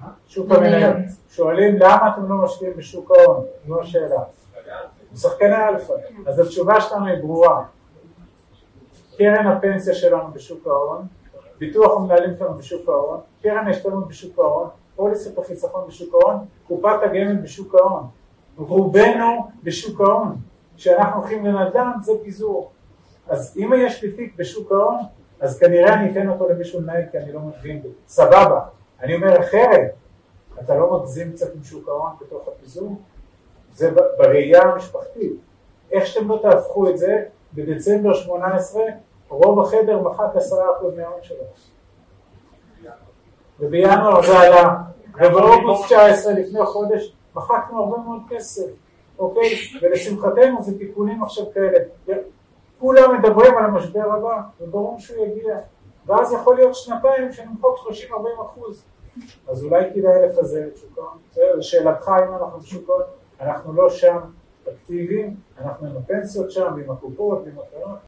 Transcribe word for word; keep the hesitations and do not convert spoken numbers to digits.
שוק המניות. שואלים למה אתם לא משקיעים בשוק ההון? זו השאלה. שחקני אלפא. אז התשובה שלנו היא ברורה. קרן הפנסיה שלנו בשוק ההון, ביטוח המנהלים שלנו בשוק ההון, קרן ההשתלמות בשוק ההון, פוליסת החיסכון בשוק ההון, קופת הגמל בשוק ההון. רובנו בשוק ההון. כשאנחנו הולכים לנדל"ן זה פיזור. אז אם יש לי תיק בשוק ההון, אז כנראה אני אתן אותו למישהו לנהל, כי אני לא מגזים בו. סבבה. אני אומר אחרת, אתה לא מגזים קצת עם שוק ההון בתוך הפיזור? זה בראייה המשפחתית. איך שאתם לא תהפכו את זה, בדצמבר שמונה עשרה, רוב החדר מחק עשרה אחוז מההון שלו. ובינואר זה עלה. ובאוגוסט תשע עשרה לפני חודש, מחקנו הרבה מאוד כסף. אוקיי? ולשמחתנו זה תיקונים עכשיו כאלה. כולם מדברים על המשבר הבא, וברור שהוא יגיע. ואז יכול להיות שנתיים שנמחוק שלושים עד ארבעים אחוז. אז אולי כדאי לפזר את שוק ההון. שאלתך אם אנחנו בשוק ההון, אנחנו לא שם אקטיביים, אנחנו עם הפנסיות שם, עם הקופות, עם הקרנות.